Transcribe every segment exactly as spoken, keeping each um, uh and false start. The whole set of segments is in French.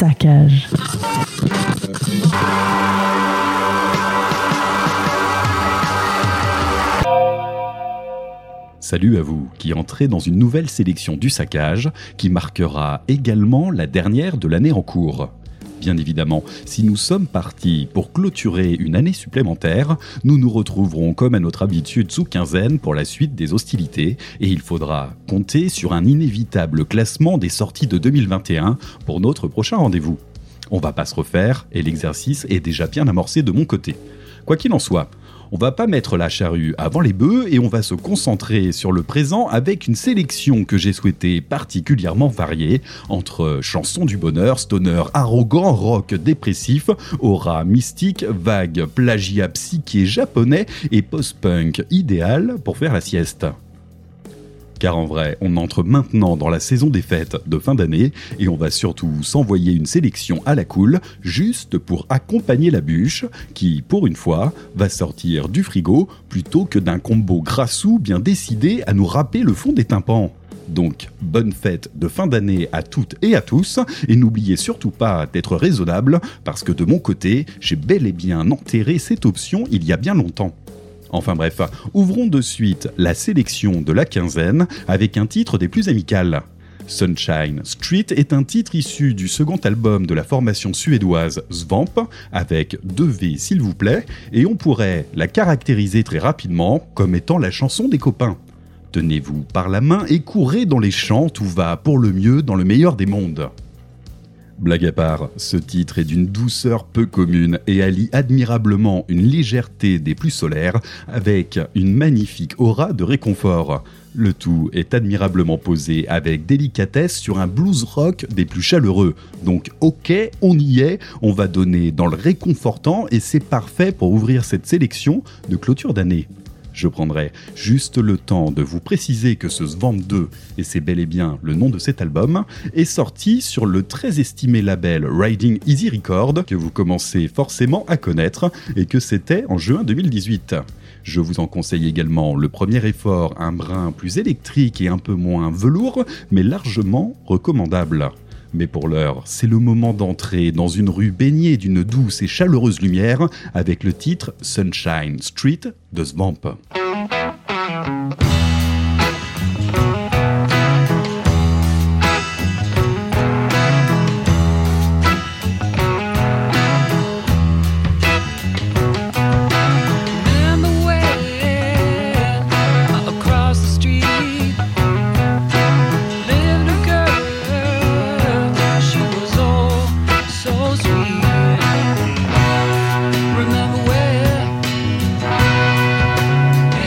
saccage. Salut à vous qui entrez dans une nouvelle sélection du saccage qui marquera également la dernière de l'année en cours. Bien évidemment, si nous sommes partis pour clôturer une année supplémentaire, nous nous retrouverons comme à notre habitude sous quinzaine pour la suite des hostilités et il faudra compter sur un inévitable classement des sorties de deux mille vingt et un pour notre prochain rendez-vous. On va pas se refaire et l'exercice est déjà bien amorcé de mon côté. Quoi qu'il en soit, on va pas mettre la charrue avant les bœufs et on va se concentrer sur le présent avec une sélection que j'ai souhaité particulièrement variée entre chansons du bonheur, stoner arrogant, rock dépressif, aura mystique, vague, plagiat psyché japonais et post-punk idéal pour faire la sieste. Car en vrai, on entre maintenant dans la saison des fêtes de fin d'année et on va surtout s'envoyer une sélection à la cool juste pour accompagner la bûche qui, pour une fois, va sortir du frigo plutôt que d'un combo grassou bien décidé à nous râper le fond des tympans. Donc, bonne fête de fin d'année à toutes et à tous et n'oubliez surtout pas d'être raisonnable parce que de mon côté, j'ai bel et bien enterré cette option il y a bien longtemps. Enfin bref, ouvrons de suite la sélection de la quinzaine avec un titre des plus amicales. Sunshine Street est un titre issu du second album de la formation suédoise Svamp, avec deux V s'il vous plaît, et on pourrait la caractériser très rapidement comme étant la chanson des copains. Tenez-vous par la main et courez dans les champs, tout va pour le mieux dans le meilleur des mondes. Blague à part, ce titre est d'une douceur peu commune et allie admirablement une légèreté des plus solaires avec une magnifique aura de réconfort. Le tout est admirablement posé avec délicatesse sur un blues rock des plus chaleureux. Donc ok, on y est, on va donner dans le réconfortant et c'est parfait pour ouvrir cette sélection de clôture d'année. Je prendrai juste le temps de vous préciser que ce Svamp deux, et c'est bel et bien le nom de cet album, est sorti sur le très estimé label Riding Easy Records, que vous commencez forcément à connaître, et que c'était en juin deux mille dix-huit. Je vous en conseille également le premier effort, un brin plus électrique et un peu moins velours, mais largement recommandable. Mais pour l'heure, c'est le moment d'entrer dans une rue baignée d'une douce et chaleureuse lumière avec le titre Sunshine Street de Svamp. Remember where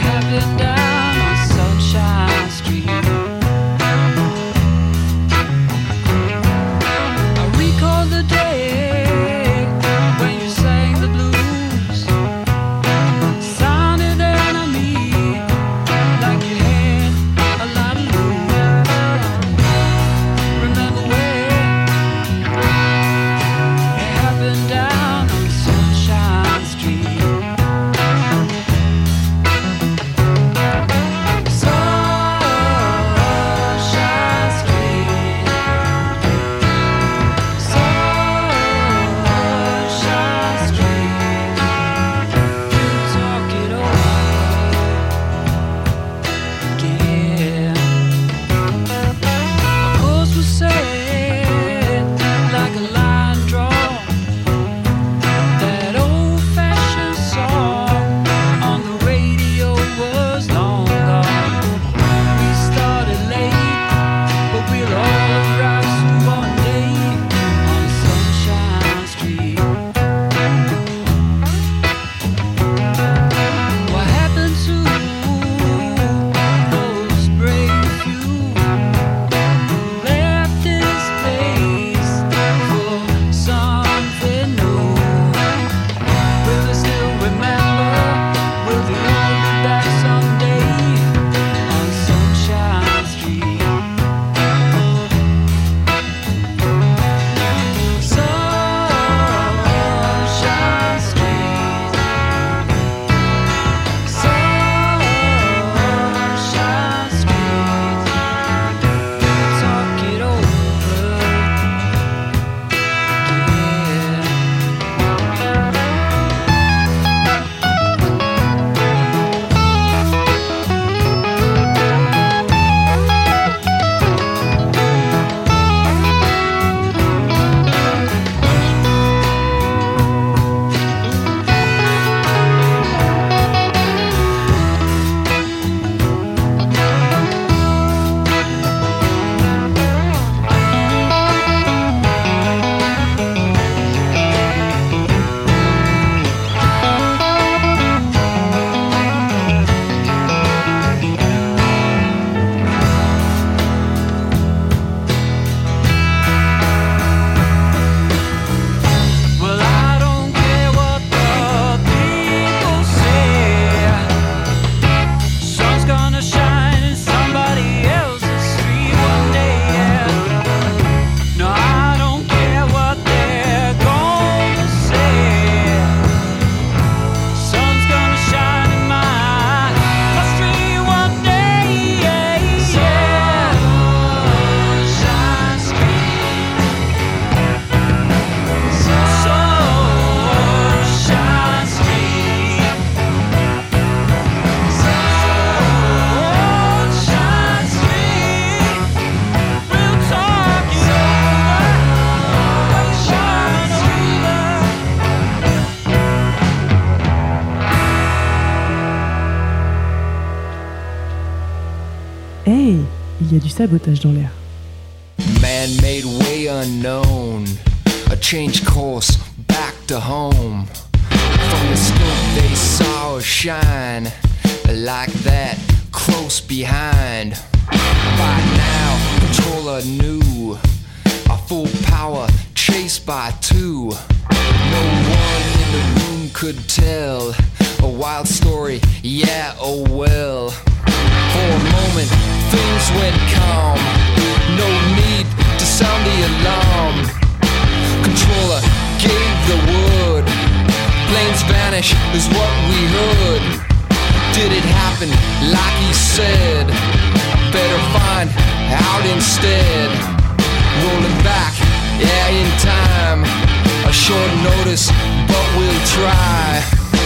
y a du sabotage dans l'air. Man-made way unknown, a change course back to home. From the scope they saw shine, like that close behind. By now, controller knew, a full power chased by two. No one in the room could tell, a wild story, yeah, oh well. For a moment, things went calm, no need to sound the alarm. Controller gave the word, planes vanish is what we heard. Did it happen like he said? Better find out instead. Rolling back, yeah, in time. A short notice, but we'll try.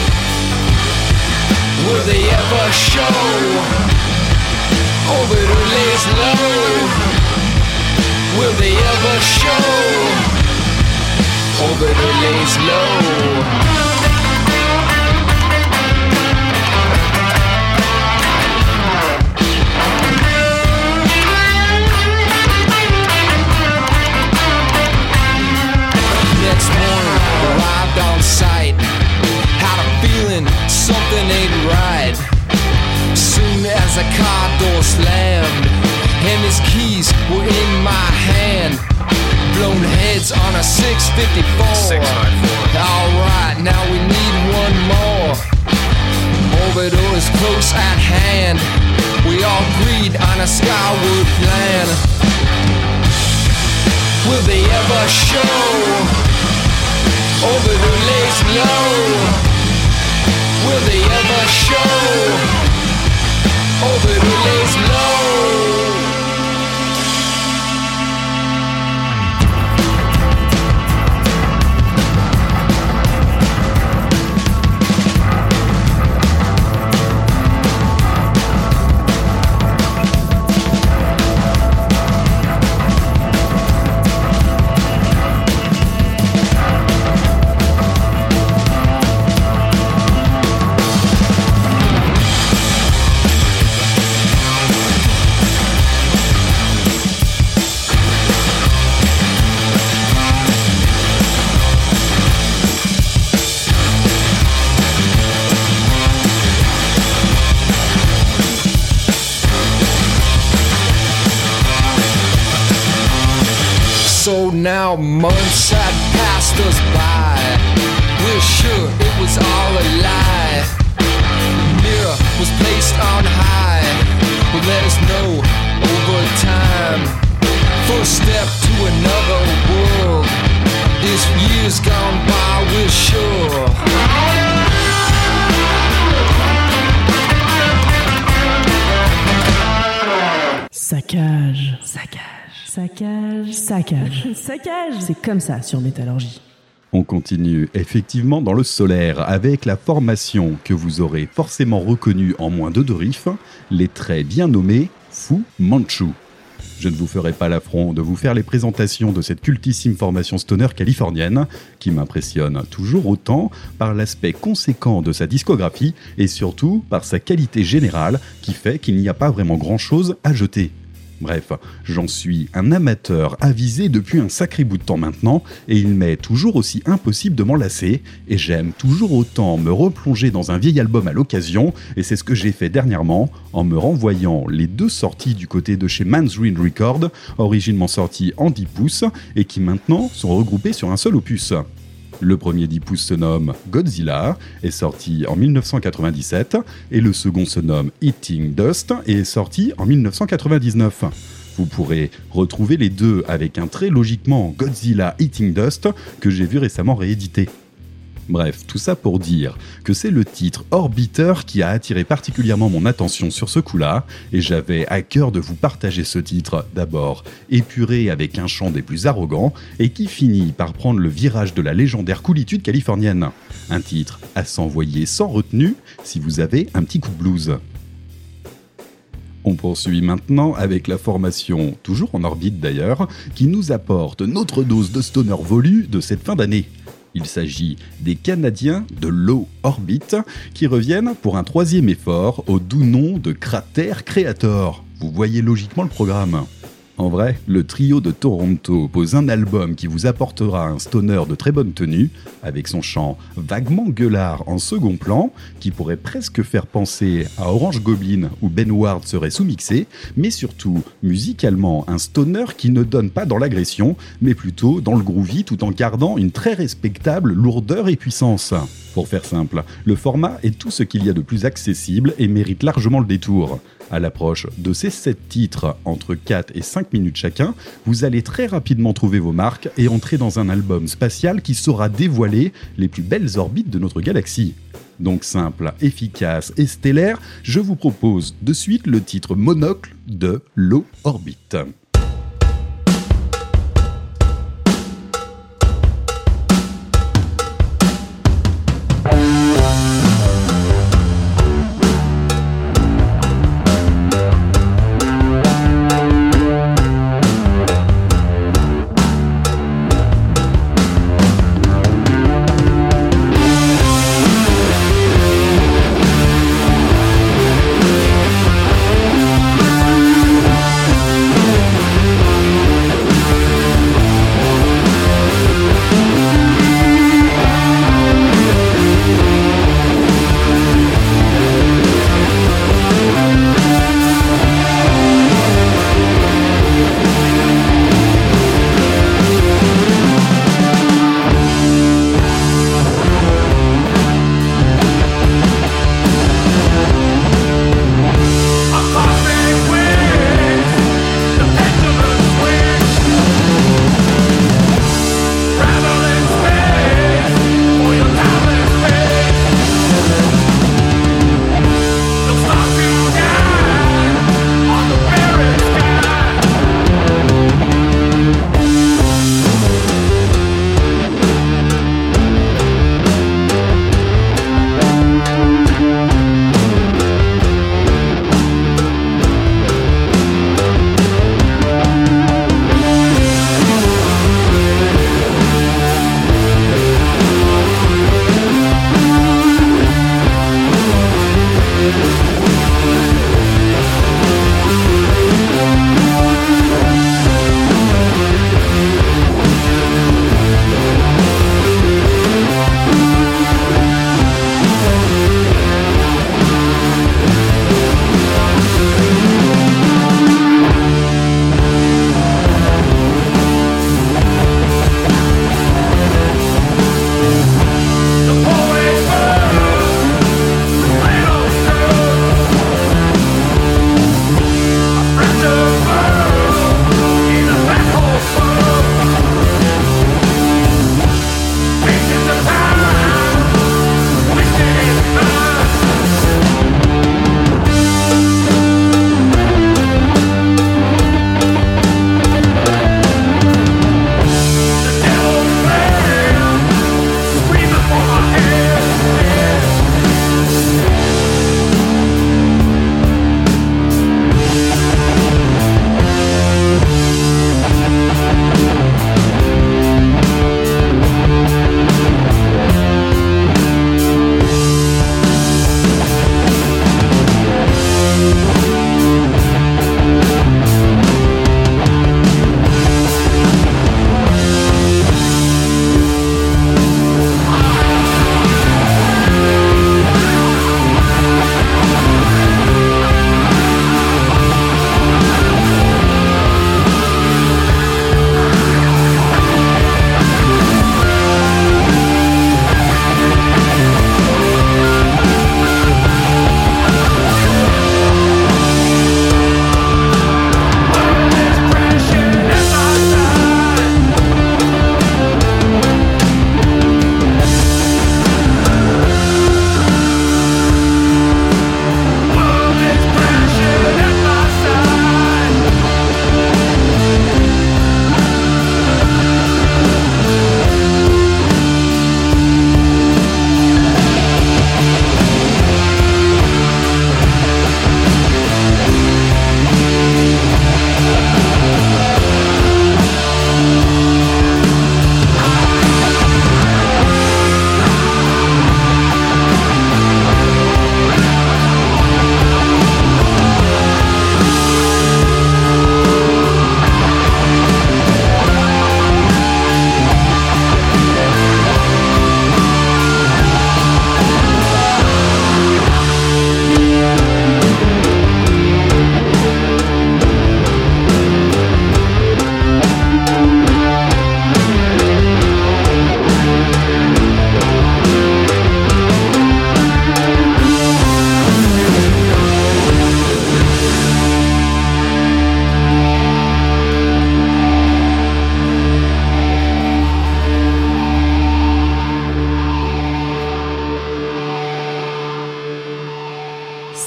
Will they ever show? Orbital lays low. Will they ever show? Orbital lays low. Next morning, arrived on site. Had a feeling something ain't right. Soon as the car door slammed and his keys were in my hand. Blown heads on a six fifty-four. six fifty-four. Alright, now we need one more. Orbital is close at hand. We all agreed on a skyward plan. Will they ever show? Orbital lays low. Will they ever show? Orbital lays low. So now months had passed us by. We're sure it was all a lie. Mirror was placed on high. Would let us know over time. First step to another world. This year's gone by, we're sure. Saccage, saccage, saccage, saccage, saccage. C'est comme ça sur Métallurgie. On continue effectivement dans le solaire avec la formation que vous aurez forcément reconnue en moins de deux riffs, les très bien nommés Fu Manchu. Je ne vous ferai pas l'affront de vous faire les présentations de cette cultissime formation stoner californienne qui m'impressionne toujours autant par l'aspect conséquent de sa discographie et surtout par sa qualité générale qui fait qu'il n'y a pas vraiment grand-chose à jeter. Bref, j'en suis un amateur avisé depuis un sacré bout de temps maintenant et il m'est toujours aussi impossible de m'en lasser et j'aime toujours autant me replonger dans un vieil album à l'occasion et c'est ce que j'ai fait dernièrement en me renvoyant les deux sorties du côté de chez Man's Ruin Records, originellement sorties en dix pouces et qui maintenant sont regroupées sur un seul opus. Le premier dix pouces se nomme Godzilla, est sorti en dix-neuf cent quatre-vingt-dix-sept, et le second se nomme Eating Dust et est sorti en dix-neuf cent quatre-vingt-dix-neuf. Vous pourrez retrouver les deux avec un très logiquement Godzilla Eating Dust que j'ai vu récemment réédité. Bref, tout ça pour dire que c'est le titre Orbiter qui a attiré particulièrement mon attention sur ce coup-là, et j'avais à cœur de vous partager ce titre, d'abord épuré avec un chant des plus arrogants, et qui finit par prendre le virage de la légendaire coolitude californienne. Un titre à s'envoyer sans retenue si vous avez un petit coup de blues. On poursuit maintenant avec la formation, toujours en orbite d'ailleurs, qui nous apporte notre dose de stoner volu de cette fin d'année. Il s'agit des Canadiens de Low Orbit qui reviennent pour un troisième effort au doux nom de Crater Creator. vous voyez logiquement le programme. En vrai, le trio de Toronto pose un album qui vous apportera un stoner de très bonne tenue, avec son chant vaguement gueulard en second plan, qui pourrait presque faire penser à Orange Goblin où Ben Ward serait sous-mixé, mais surtout, musicalement, un stoner qui ne donne pas dans l'agression, mais plutôt dans le groovy tout en gardant une très respectable lourdeur et puissance. Pour faire simple, le format est tout ce qu'il y a de plus accessible et mérite largement le détour. À l'approche de ces sept titres, entre quatre et cinq minutes chacun, vous allez très rapidement trouver vos marques et entrer dans un album spatial qui saura dévoiler les plus belles orbites de notre galaxie. Donc simple, efficace et stellaire, je vous propose de suite le titre Monocle de Low Orbit. We'll be right back.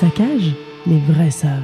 Saccage, les vrais savent.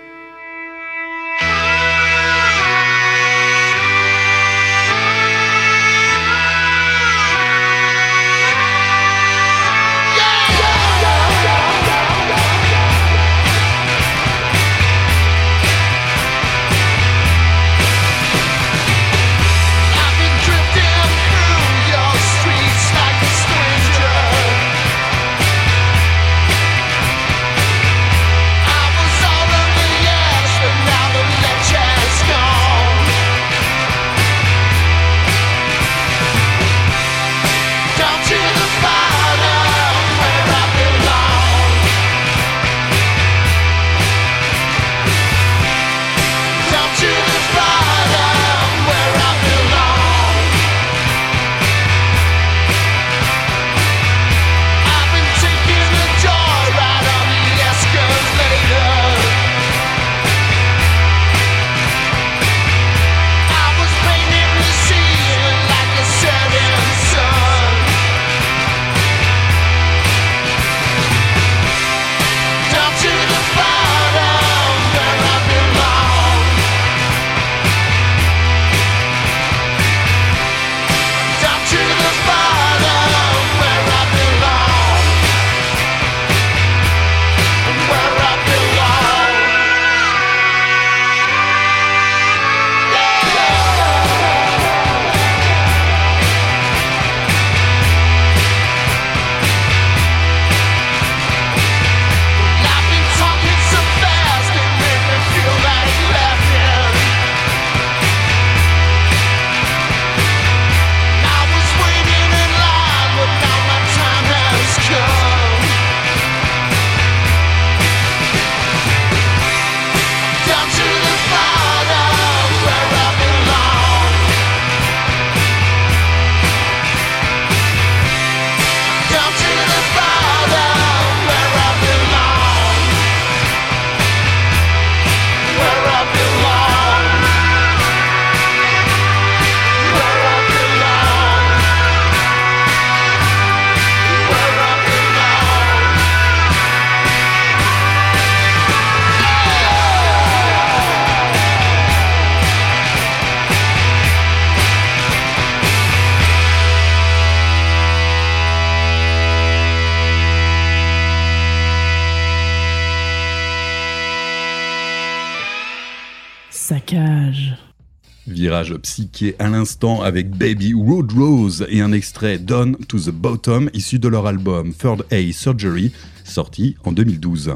Saccage. Virage psyché à l'instant avec Baby Road Rose et un extrait Down to the Bottom issu de leur album Third A Surgery, sorti en deux mille douze.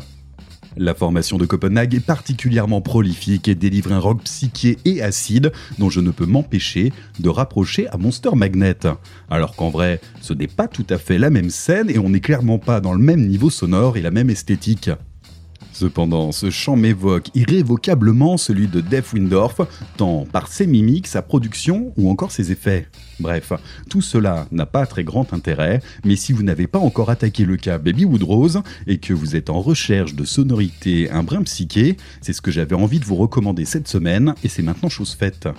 La formation de Copenhague est particulièrement prolifique et délivre un rock psyché et acide dont je ne peux m'empêcher de rapprocher à Monster Magnet. Alors qu'en vrai, ce n'est pas tout à fait la même scène et on n'est clairement pas dans le même niveau sonore et la même esthétique. Cependant, ce chant m'évoque irrévocablement celui de Def Windorf, tant par ses mimiques, sa production ou encore ses effets. Bref, tout cela n'a pas très grand intérêt, mais si vous n'avez pas encore attaqué le cas Baby Wood Rose et que vous êtes en recherche de sonorités un brin psyché, c'est ce que j'avais envie de vous recommander cette semaine et c'est maintenant chose faite.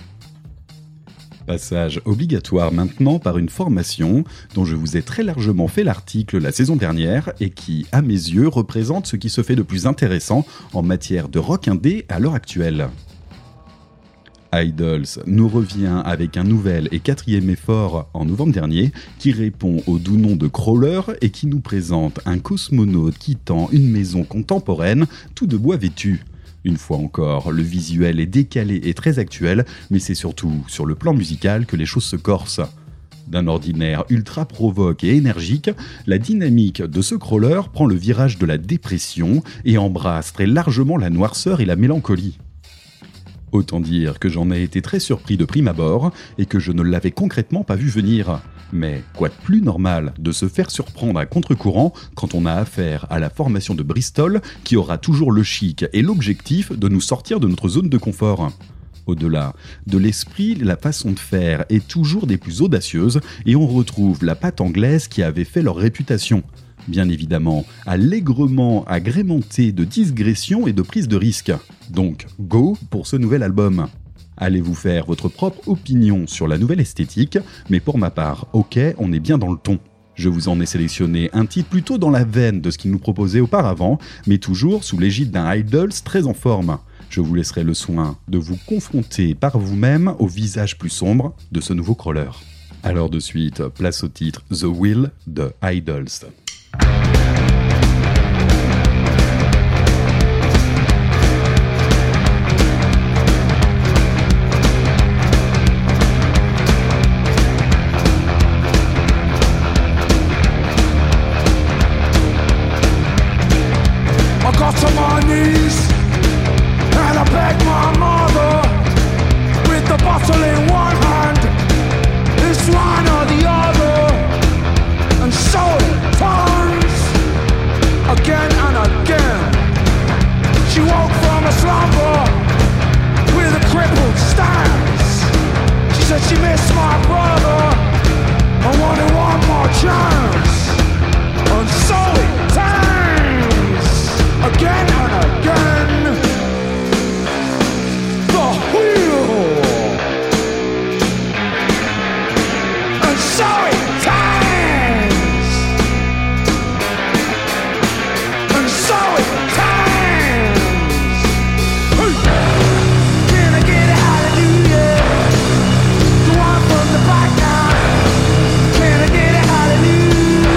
Passage obligatoire maintenant par une formation dont je vous ai très largement fait l'article la saison dernière et qui, à mes yeux, représente ce qui se fait de plus intéressant en matière de rock indé à l'heure actuelle. Idols nous revient avec un nouvel et quatrième effort en novembre dernier qui répond au doux nom de Crawler et qui nous présente un cosmonaute quittant une maison contemporaine tout de bois vêtu. Une fois encore, le visuel est décalé et très actuel, mais c'est surtout sur le plan musical que les choses se corsent. D'un ordinaire ultra provoque et énergique, la dynamique de ce crawler prend le virage de la dépression et embrasse très largement la noirceur et la mélancolie. Autant dire que j'en ai été très surpris de prime abord et que je ne l'avais concrètement pas vu venir. Mais quoi de plus normal de se faire surprendre à contre-courant quand on a affaire à la formation de Bristol qui aura toujours le chic et l'objectif de nous sortir de notre zone de confort. Au-delà de l'esprit, la façon de faire est toujours des plus audacieuses et on retrouve la patte anglaise qui avait fait leur réputation. Bien évidemment, allègrement agrémentée de digressions et de prise de risque. Donc, go pour ce nouvel album. Allez vous faire votre propre opinion sur la nouvelle esthétique, mais pour ma part, ok, on est bien dans le ton. Je vous en ai sélectionné un titre plutôt dans la veine de ce qu'il nous proposait auparavant, mais toujours sous l'égide d'un Idles très en forme. Je vous laisserai le soin de vous confronter par vous-même au visage plus sombre de ce nouveau crawler. Alors de suite, place au titre The Will de Idles. To my knees, and I beg my mother, with the bottle in one hand, this one or the other, and so it turns again and again. She woke from a slumber with a crippled stance. She said she missed my brother and wanted one more chance, and so it turns again and again. The wheel, and so it turns, and so it turns. Can I get a hallelujah? The one from the back now. Can I get a hallelujah?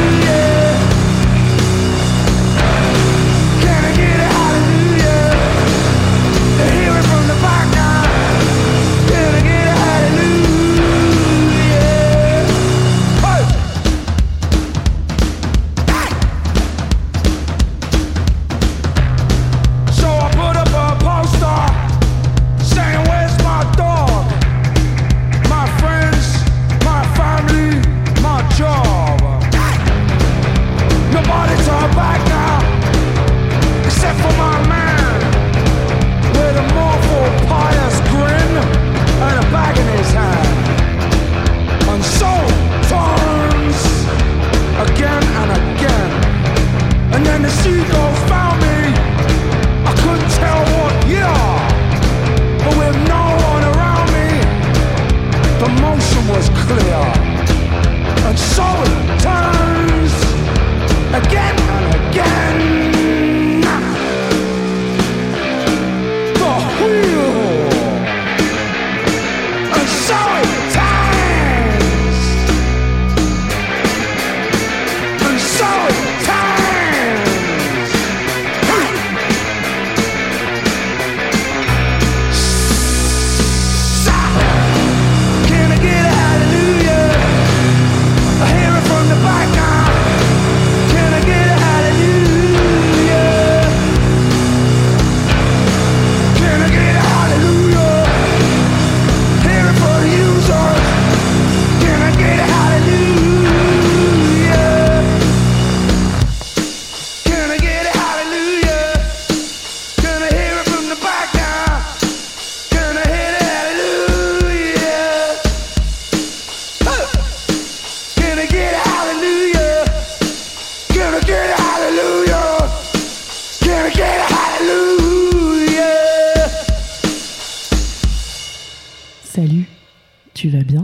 Salut, tu vas bien ?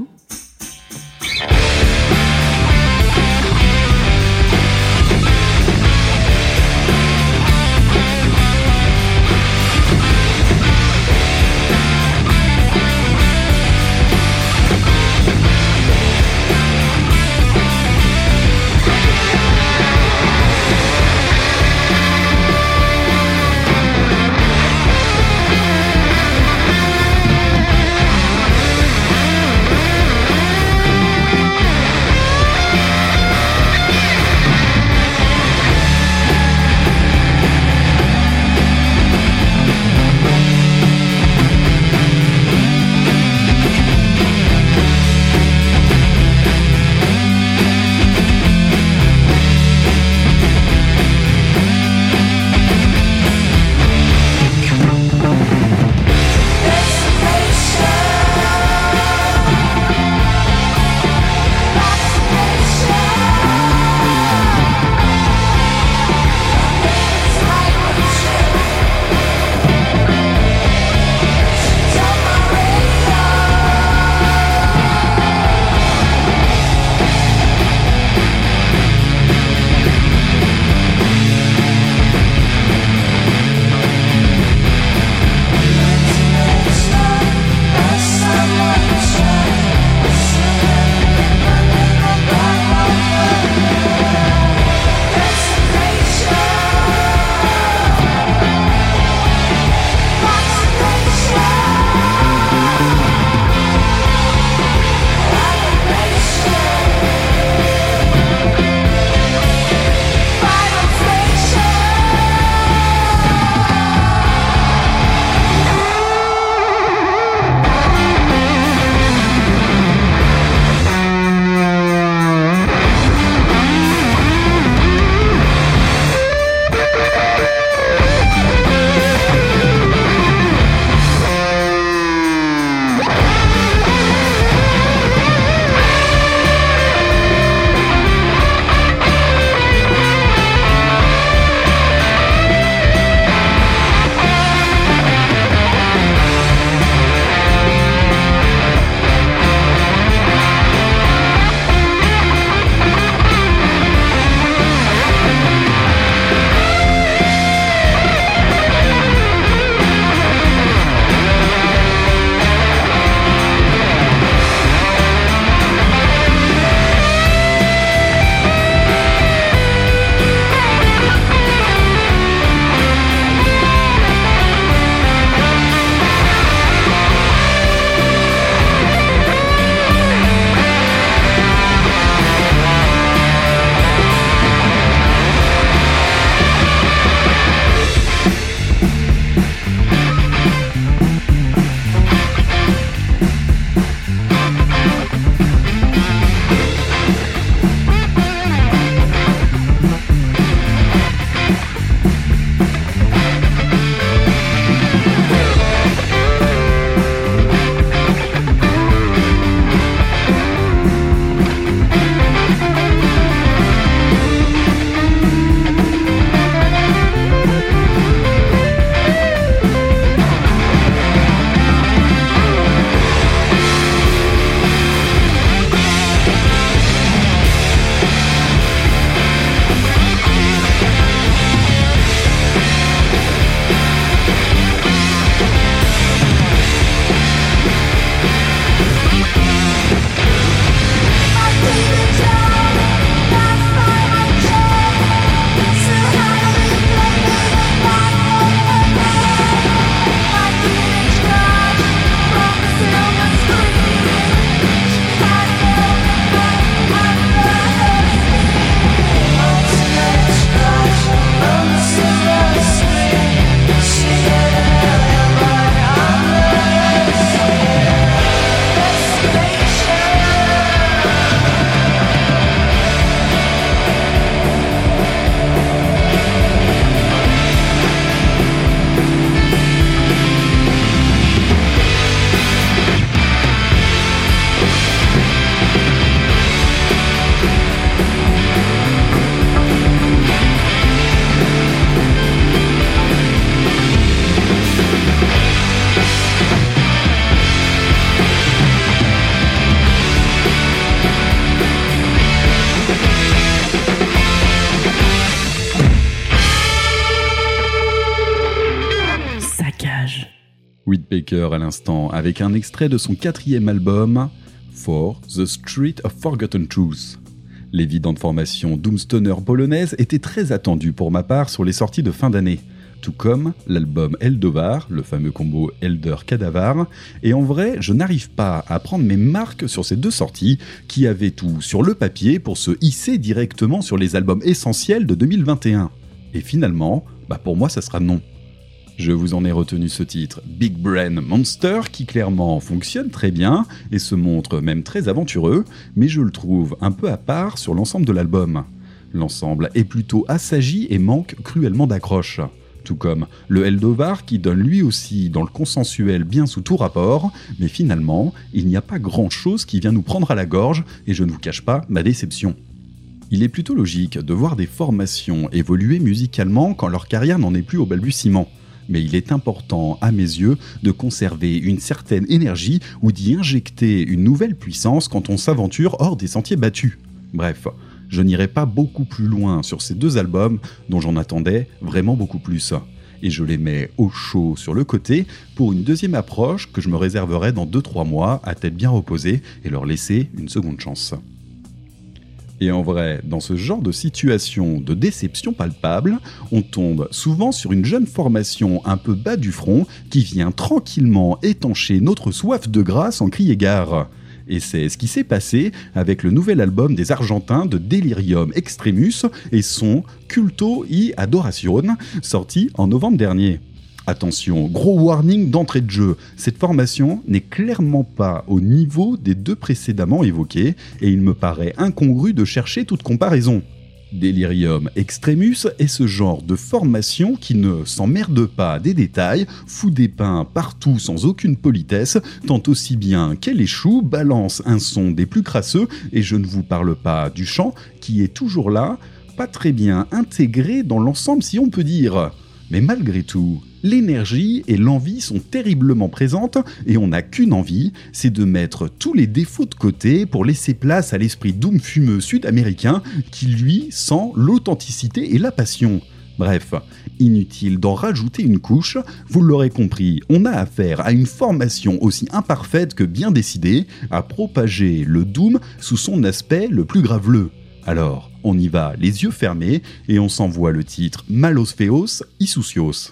We'll be right back. Whitbaker à l'instant, avec un extrait de son quatrième album, For the Street of Forgotten Truth. L'évidente formation doomstoner polonaise était très attendue pour ma part sur les sorties de fin d'année, tout comme l'album Eldovar, le fameux combo Elder-Cadavar, et en vrai, je n'arrive pas à prendre mes marques sur ces deux sorties, qui avaient tout sur le papier pour se hisser directement sur les albums essentiels de deux mille vingt et un. Et finalement, bah pour moi ça sera non. Je vous en ai retenu ce titre, Big Brain Monster, qui clairement fonctionne très bien et se montre même très aventureux, mais je le trouve un peu à part sur l'ensemble de l'album. L'ensemble est plutôt assagi et manque cruellement d'accroche. Tout comme le Eldovar qui donne lui aussi dans le consensuel bien sous tout rapport, mais finalement, il n'y a pas grand chose qui vient nous prendre à la gorge et je ne vous cache pas ma déception. Il est plutôt logique de voir des formations évoluer musicalement quand leur carrière n'en est plus au balbutiement. Mais il est important, à mes yeux, de conserver une certaine énergie ou d'y injecter une nouvelle puissance quand on s'aventure hors des sentiers battus. Bref, je n'irai pas beaucoup plus loin sur ces deux albums dont j'en attendais vraiment beaucoup plus. Et je les mets au chaud sur le côté pour une deuxième approche que je me réserverai dans deux trois mois à tête bien reposée et leur laisser une seconde chance. Et en vrai, dans ce genre de situation de déception palpable, on tombe souvent sur une jeune formation un peu bas du front qui vient tranquillement étancher notre soif de grâce en crier gare. Et c'est ce qui s'est passé avec le nouvel album des Argentins de Delirium Extremus et son Culto y Adoración, sorti en novembre dernier. Attention, gros warning d'entrée de jeu, cette formation n'est clairement pas au niveau des deux précédemment évoqués et il me paraît incongru de chercher toute comparaison. Delirium Extremus est ce genre de formation qui ne s'emmerde pas des détails, fout des pains partout sans aucune politesse, tant aussi bien qu'elle échoue, balance un son des plus crasseux et je ne vous parle pas du chant qui est toujours là, pas très bien intégré dans l'ensemble si on peut dire. Mais malgré tout, l'énergie et l'envie sont terriblement présentes et on n'a qu'une envie, c'est de mettre tous les défauts de côté pour laisser place à l'esprit doom fumeux sud-américain qui lui sent l'authenticité et la passion. Bref, inutile d'en rajouter une couche, vous l'aurez compris, on a affaire à une formation aussi imparfaite que bien décidée à propager le doom sous son aspect le plus graveleux. Alors, on y va les yeux fermés et on s'envoie le titre Malos Feos y Sucios.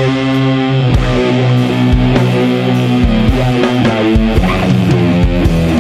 Yeah.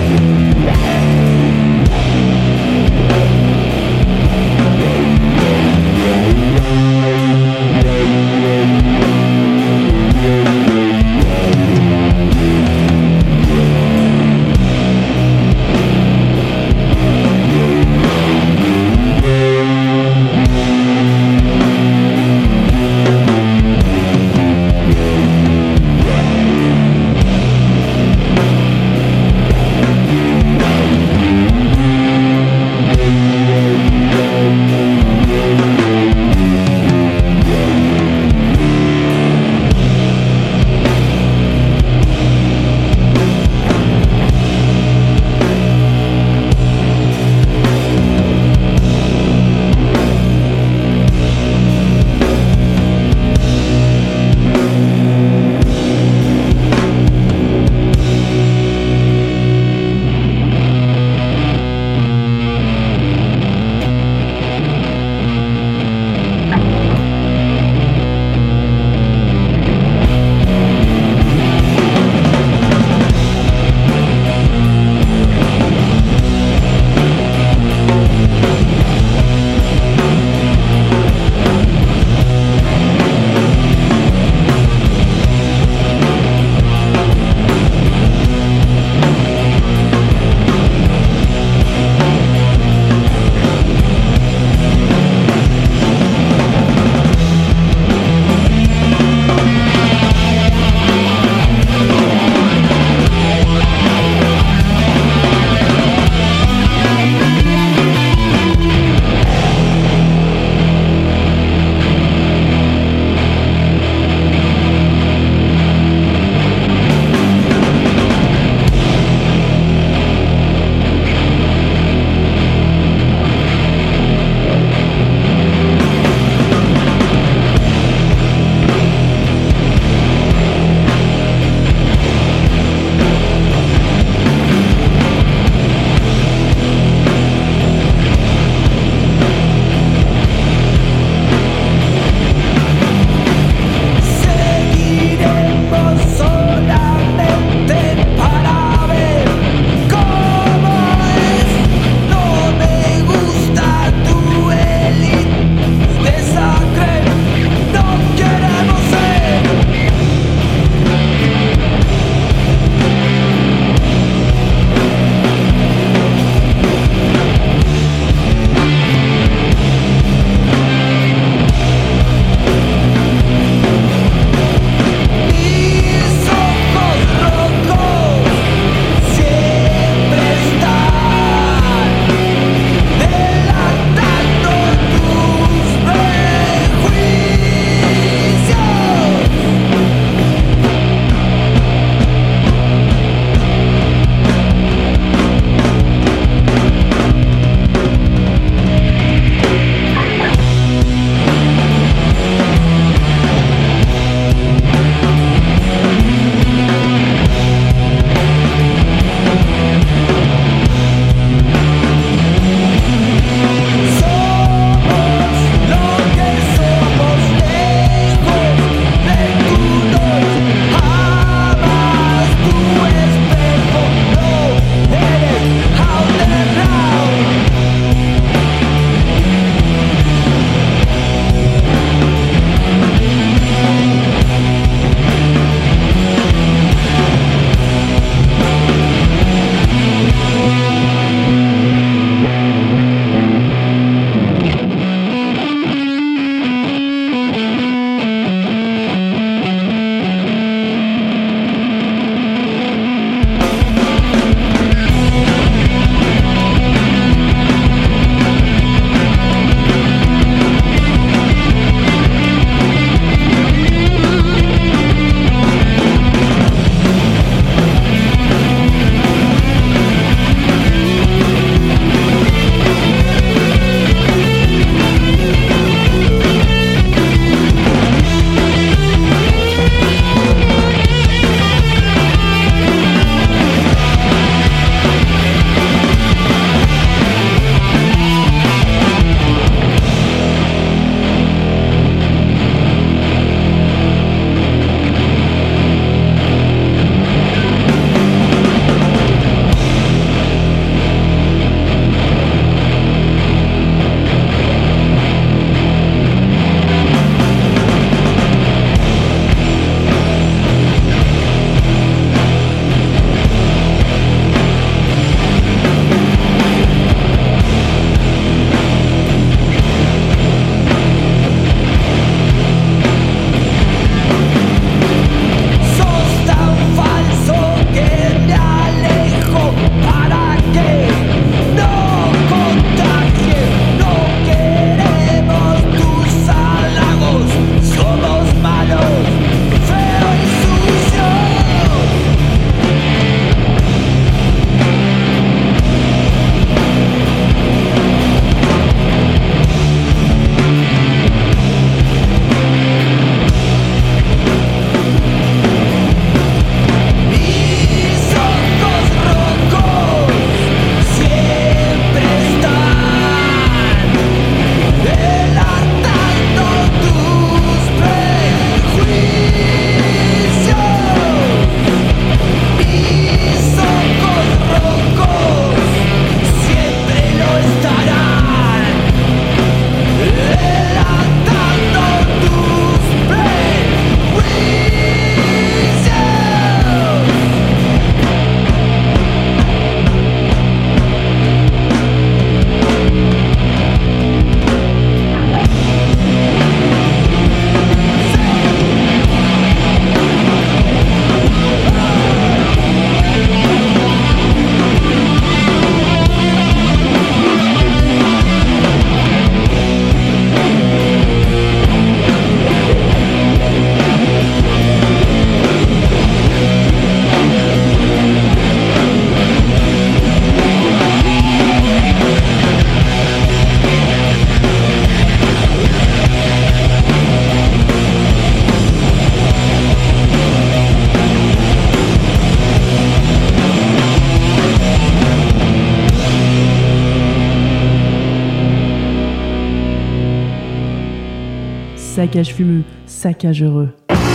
saccage fumeux, saccage heureux.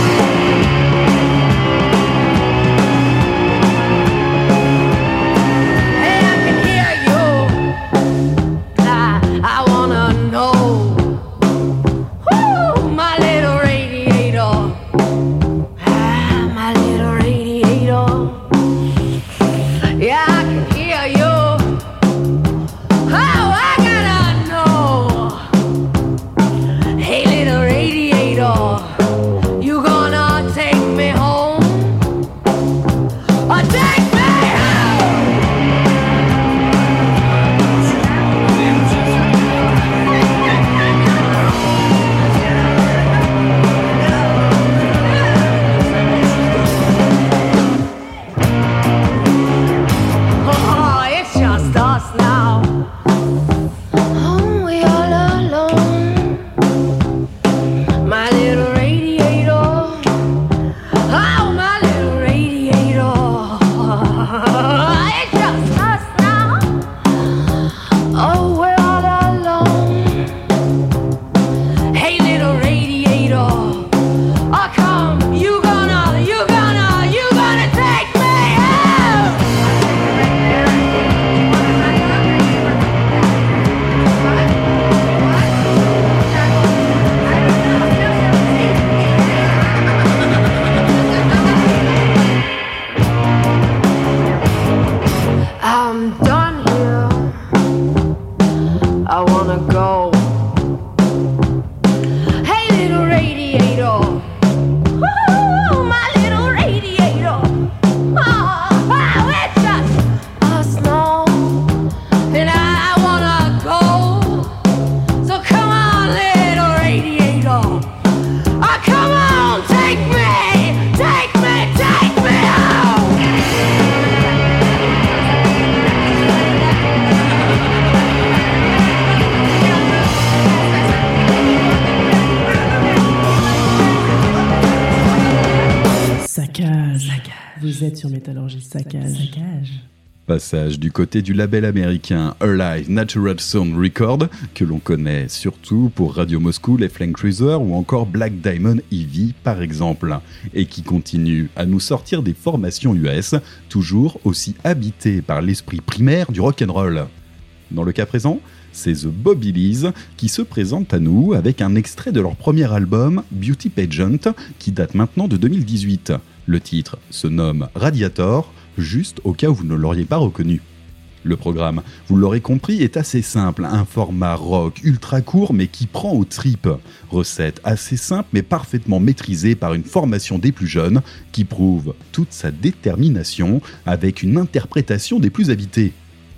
Vous êtes sur Métallurgie Saccage. Saccage. Passage du côté du label américain Alive Natural Sound Record, que l'on connaît surtout pour Radio Moscou, les Flame Cruiser ou encore Black Diamond Heavy par exemple, et qui continue à nous sortir des formations U S, toujours aussi habitées par l'esprit primaire du rock'n'roll. Dans le cas présent, c'est The Bobbylys qui se présente à nous avec un extrait de leur premier album Beauty Pageant qui date maintenant de deux mille dix-huit. Le titre se nomme Radiator, juste au cas où vous ne l'auriez pas reconnu. Le programme, vous l'aurez compris, est assez simple, un format rock ultra court mais qui prend aux tripes. Recette assez simple mais parfaitement maîtrisée par une formation des plus jeunes qui prouve toute sa détermination avec une interprétation des plus habitées.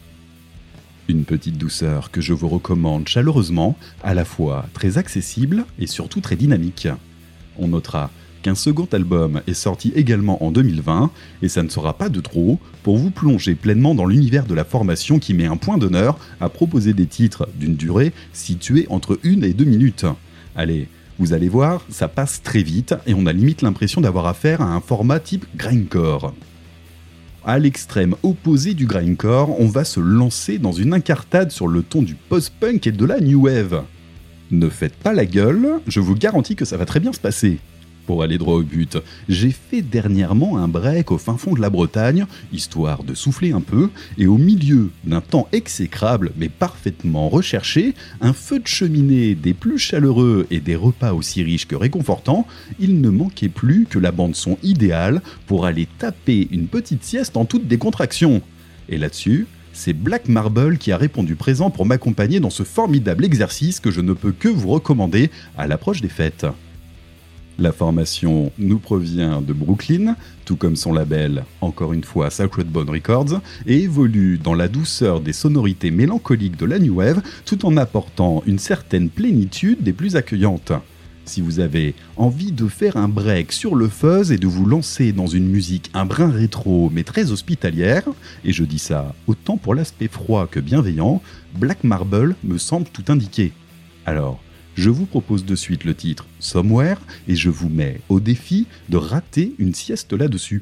Une petite douceur que je vous recommande chaleureusement, à la fois très accessible et surtout très dynamique. On notera qu'un second album est sorti également en deux mille vingt, et ça ne sera pas de trop pour vous plonger pleinement dans l'univers de la formation qui met un point d'honneur à proposer des titres d'une durée située entre une et deux minutes. Allez, vous allez voir, ça passe très vite et on a limite l'impression d'avoir affaire à un format type grindcore. À l'extrême opposé du grindcore, on va se lancer dans une incartade sur le ton du post-punk et de la new wave. Ne faites pas la gueule, je vous garantis que ça va très bien se passer. Pour aller droit au but, j'ai fait dernièrement un break au fin fond de la Bretagne, histoire de souffler un peu, et au milieu d'un temps exécrable mais parfaitement recherché, un feu de cheminée des plus chaleureux et des repas aussi riches que réconfortants, il ne manquait plus que la bande-son idéale pour aller taper une petite sieste en toute décontraction. Et là-dessus, c'est Black Marble qui a répondu présent pour m'accompagner dans ce formidable exercice que je ne peux que vous recommander à l'approche des fêtes. La formation nous provient de Brooklyn, tout comme son label, encore une fois Sacred Bone Records, et évolue dans la douceur des sonorités mélancoliques de la New Wave, tout en apportant une certaine plénitude des plus accueillantes. Si vous avez envie de faire un break sur le fuzz et de vous lancer dans une musique un brin rétro mais très hospitalière, et je dis ça autant pour l'aspect froid que bienveillant, Black Marble me semble tout indiqué. Alors, je vous propose de suite le titre Somewhere et je vous mets au défi de rater une sieste là-dessus.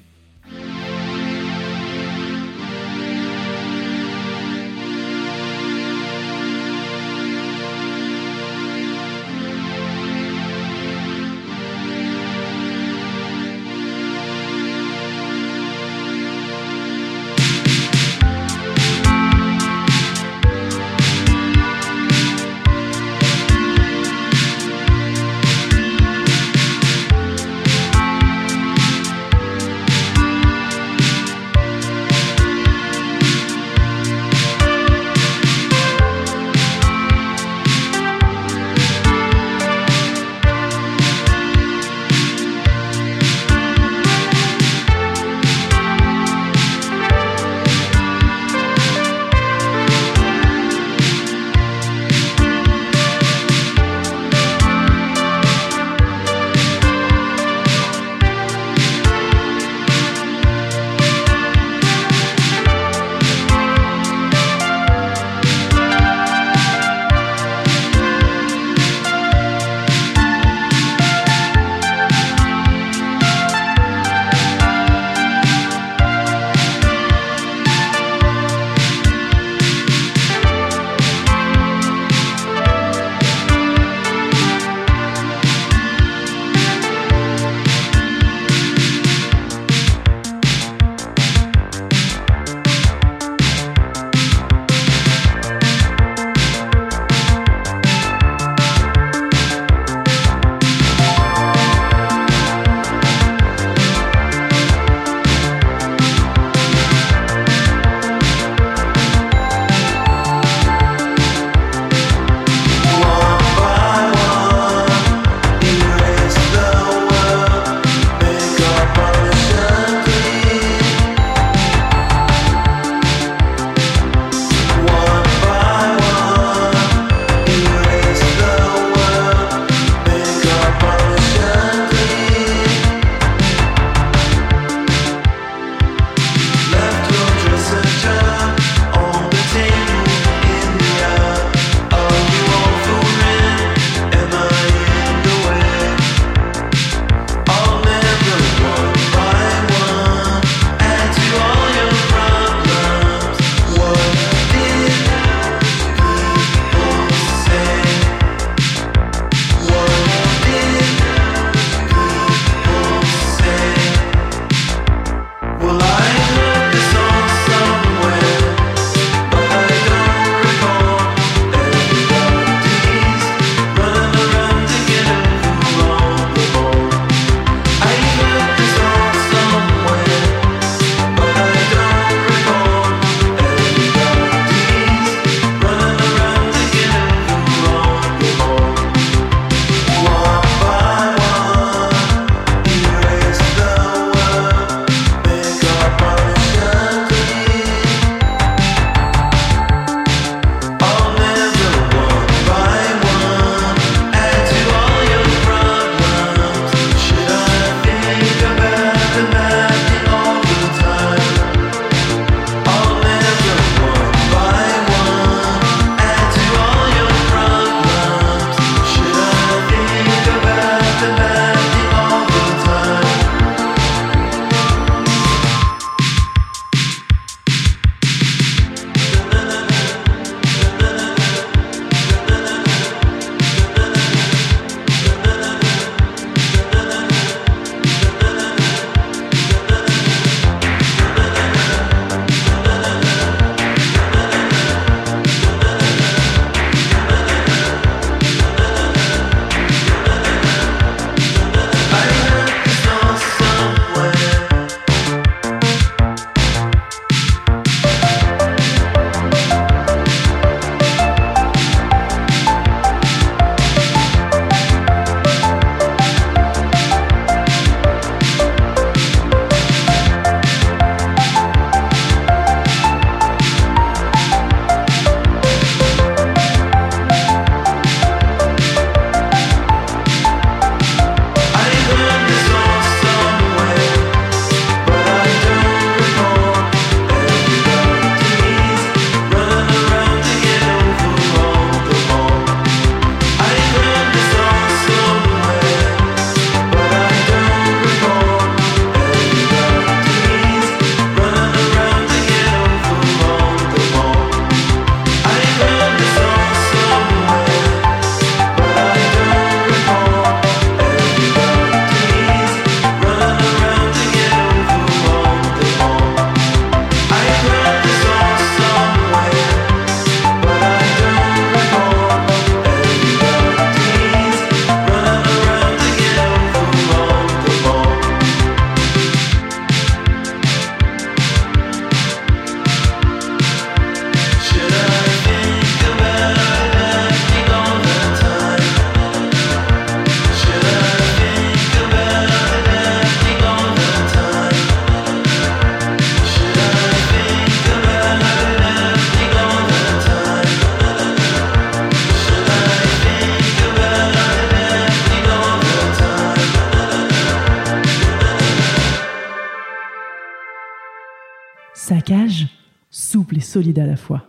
Saccage, souple et solide à la fois.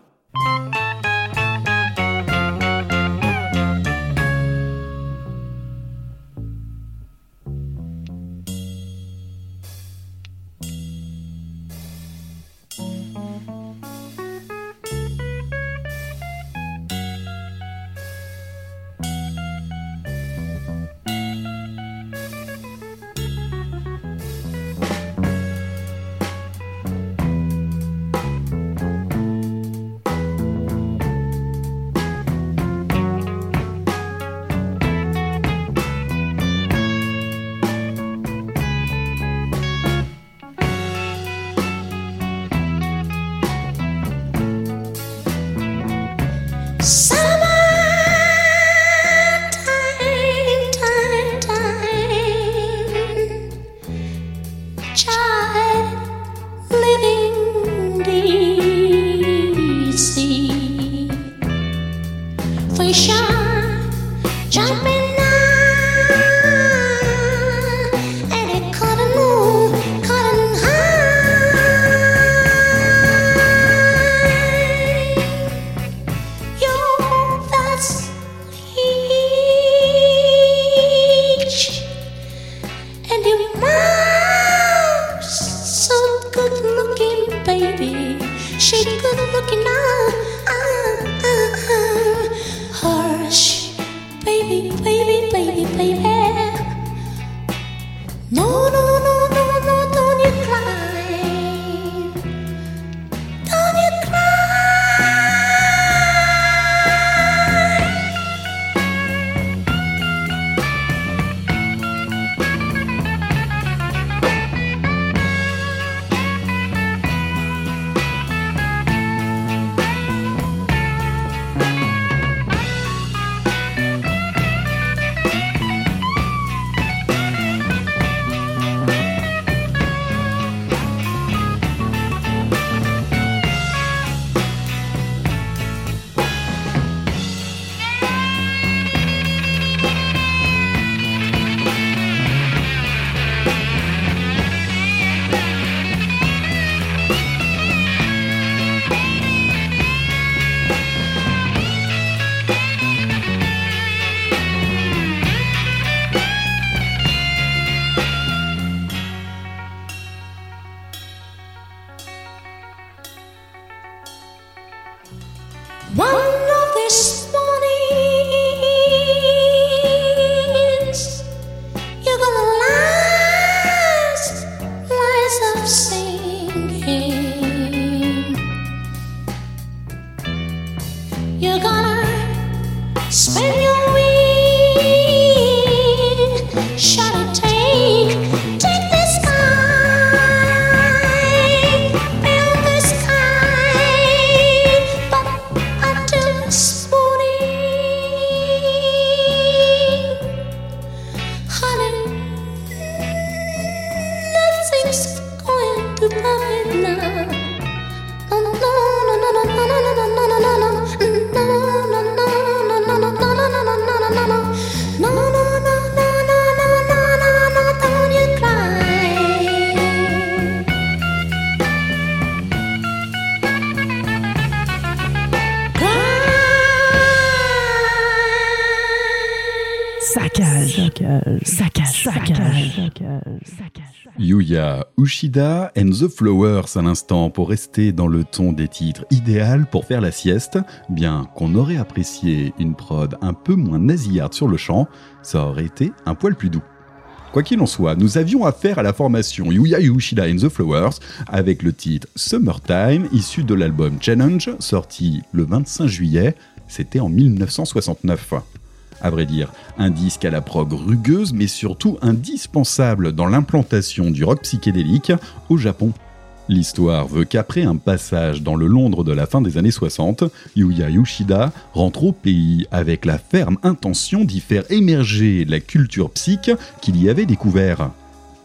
Yuya Ushida and the Flowers à l'instant pour rester dans le ton des titres idéal pour faire la sieste, bien qu'on aurait apprécié une prod un peu moins nasillarde sur le chant, ça aurait été un poil plus doux. Quoi qu'il en soit, nous avions affaire à la formation Yuya Ushida and the Flowers avec le titre Summertime issu de l'album Challenge sorti le vingt-cinq juillet, c'était en dix-neuf cent soixante-neuf. À vrai dire, un disque à la prog rugueuse, mais surtout indispensable dans l'implantation du rock psychédélique au Japon. L'histoire veut qu'après un passage dans le Londres de la fin des années soixante, Yuya Ushida rentre au pays avec la ferme intention d'y faire émerger la culture psych qu'il y avait découvert.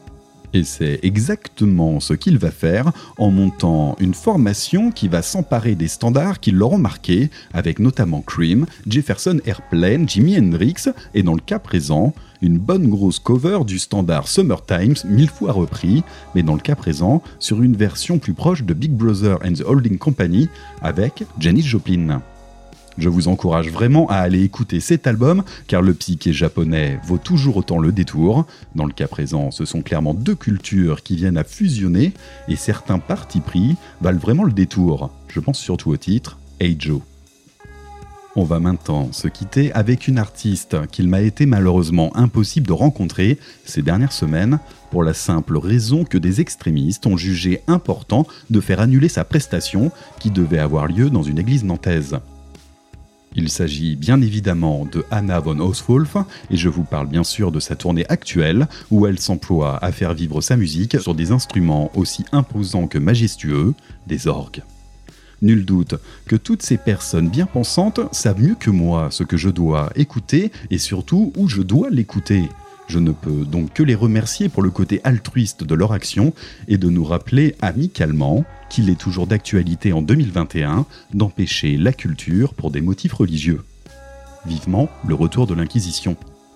Et c'est exactement ce qu'il va faire en montant une formation qui va s'emparer des standards qui l'auront marqué, avec notamment Cream, Jefferson Airplane, Jimi Hendrix, et dans le cas présent, une bonne grosse cover du standard Summertime, mille fois repris, mais dans le cas présent, sur une version plus proche de Big Brother and the Holding Company, avec Janis Joplin. Je vous encourage vraiment à aller écouter cet album, car le psyché japonais vaut toujours autant le détour. Dans le cas présent, ce sont clairement deux cultures qui viennent à fusionner, et certains partis pris valent vraiment le détour. Je pense surtout au titre Hey Joe. On va maintenant se quitter avec une artiste qu'il m'a été malheureusement impossible de rencontrer ces dernières semaines, pour la simple raison que des extrémistes ont jugé important de faire annuler sa prestation qui devait avoir lieu dans une église nantaise. Il s'agit bien évidemment de Anna von Hauswolf, et je vous parle bien sûr de sa tournée actuelle, où elle s'emploie à faire vivre sa musique sur des instruments aussi imposants que majestueux, des orgues. Nul doute que toutes ces personnes bien pensantes savent mieux que moi ce que je dois écouter, et surtout où je dois l'écouter. Je ne peux donc que les remercier pour le côté altruiste de leur action, et de nous rappeler amicalement qu'il est toujours d'actualité en deux mille vingt et un d'empêcher la culture pour des motifs religieux. Vivement le retour de l'Inquisition.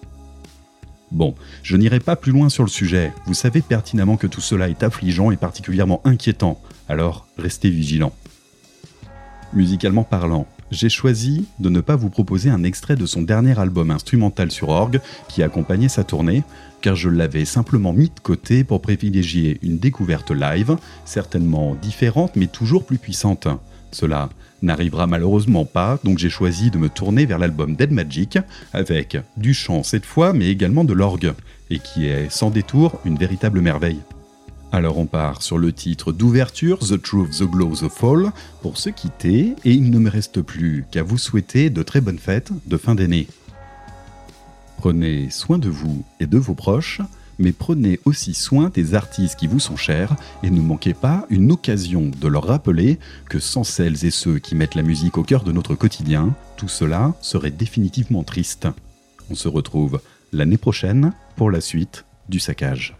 Bon, je n'irai pas plus loin sur le sujet, vous savez pertinemment que tout cela est affligeant et particulièrement inquiétant, alors restez vigilants. Musicalement parlant, j'ai choisi de ne pas vous proposer un extrait de son dernier album instrumental sur orgue qui accompagnait sa tournée, car je l'avais simplement mis de côté pour privilégier une découverte live, certainement différente mais toujours plus puissante. Cela n'arrivera malheureusement pas, donc j'ai choisi de me tourner vers l'album Dead Magic, avec du chant cette fois, mais également de l'orgue, et qui est sans détour une véritable merveille. Alors on part sur le titre d'ouverture, The Truth, The Glow, The Fall, pour se quitter, et il ne me reste plus qu'à vous souhaiter de très bonnes fêtes de fin d'année. Prenez soin de vous et de vos proches, mais prenez aussi soin des artistes qui vous sont chers, et ne manquez pas une occasion de leur rappeler que sans celles et ceux qui mettent la musique au cœur de notre quotidien, tout cela serait définitivement triste. On se retrouve l'année prochaine pour la suite du saccage.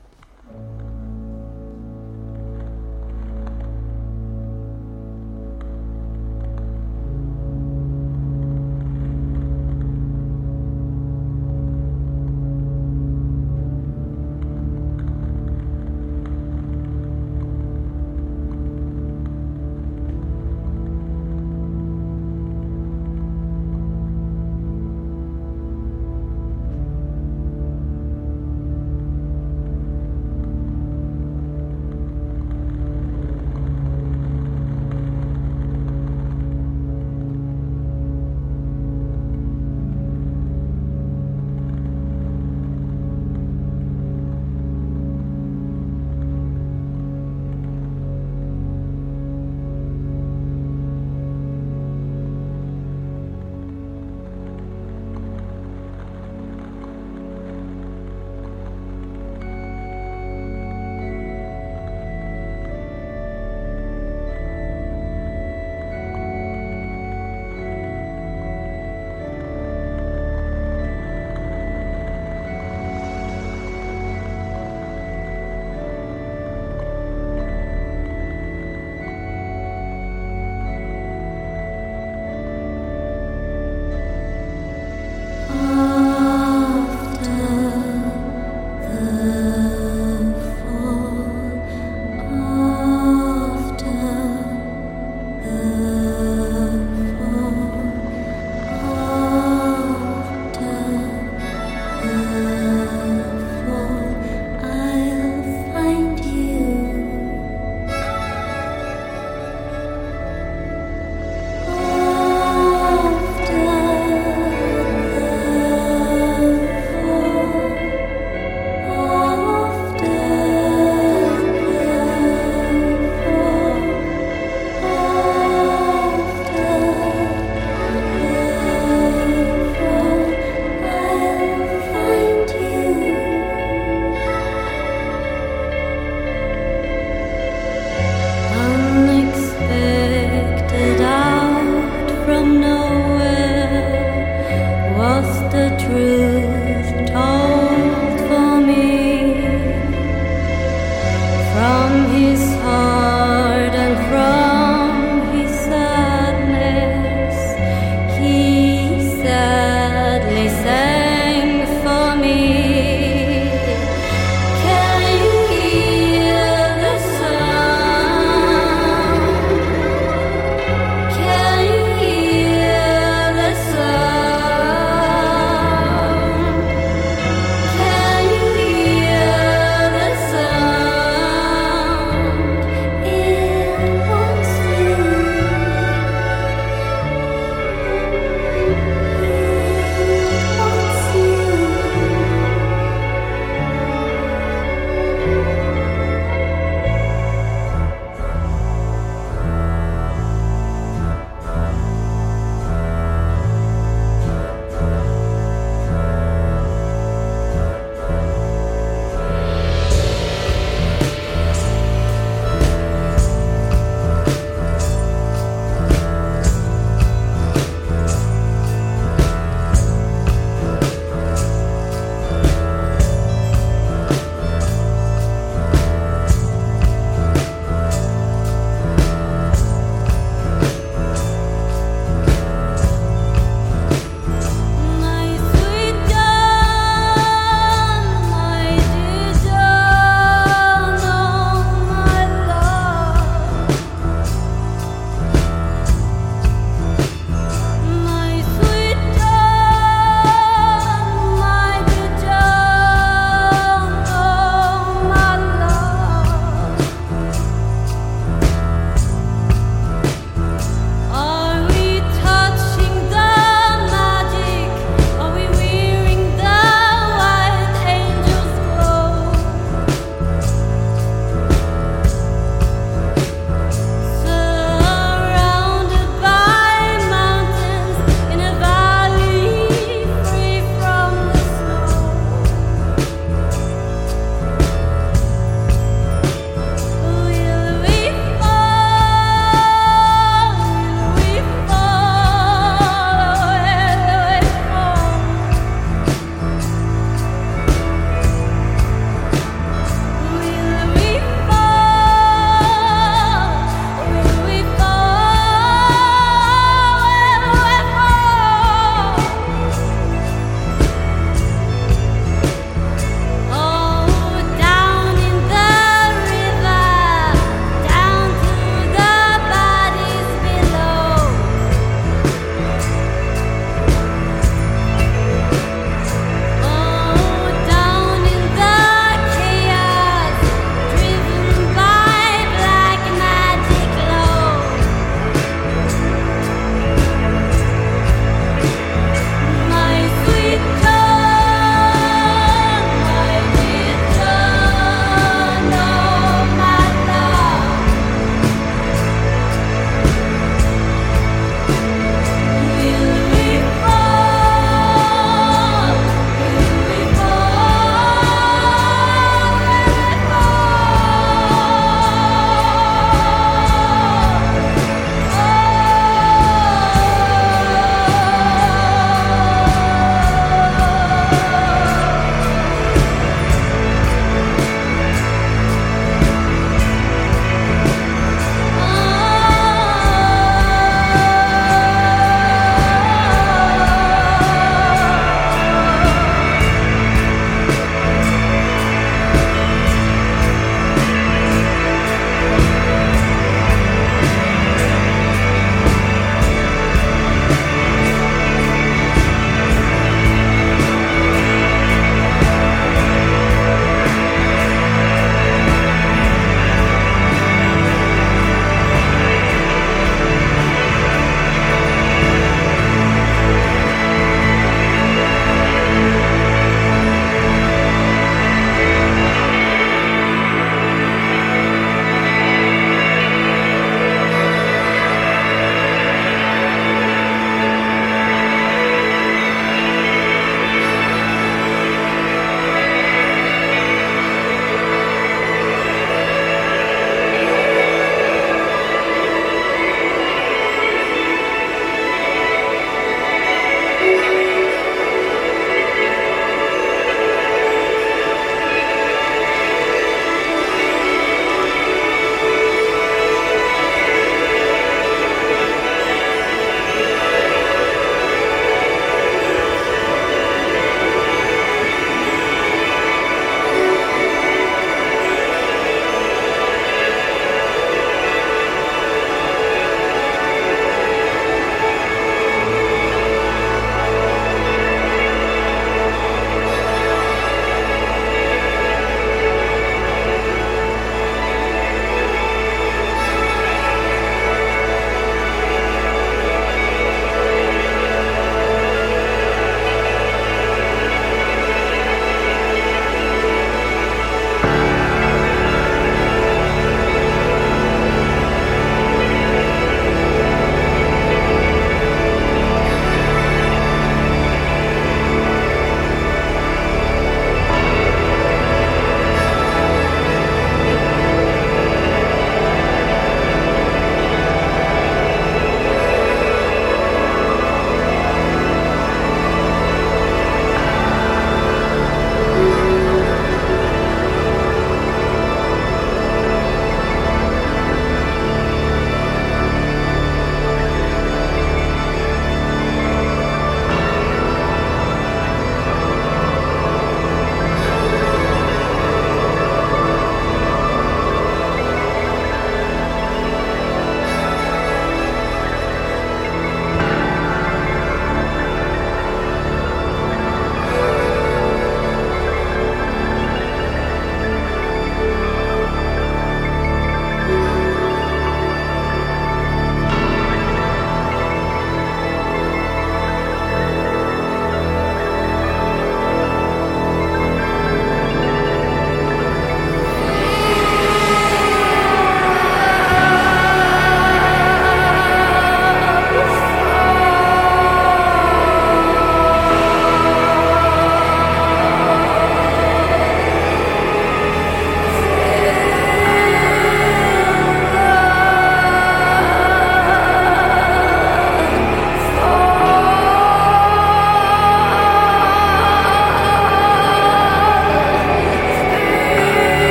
this heart.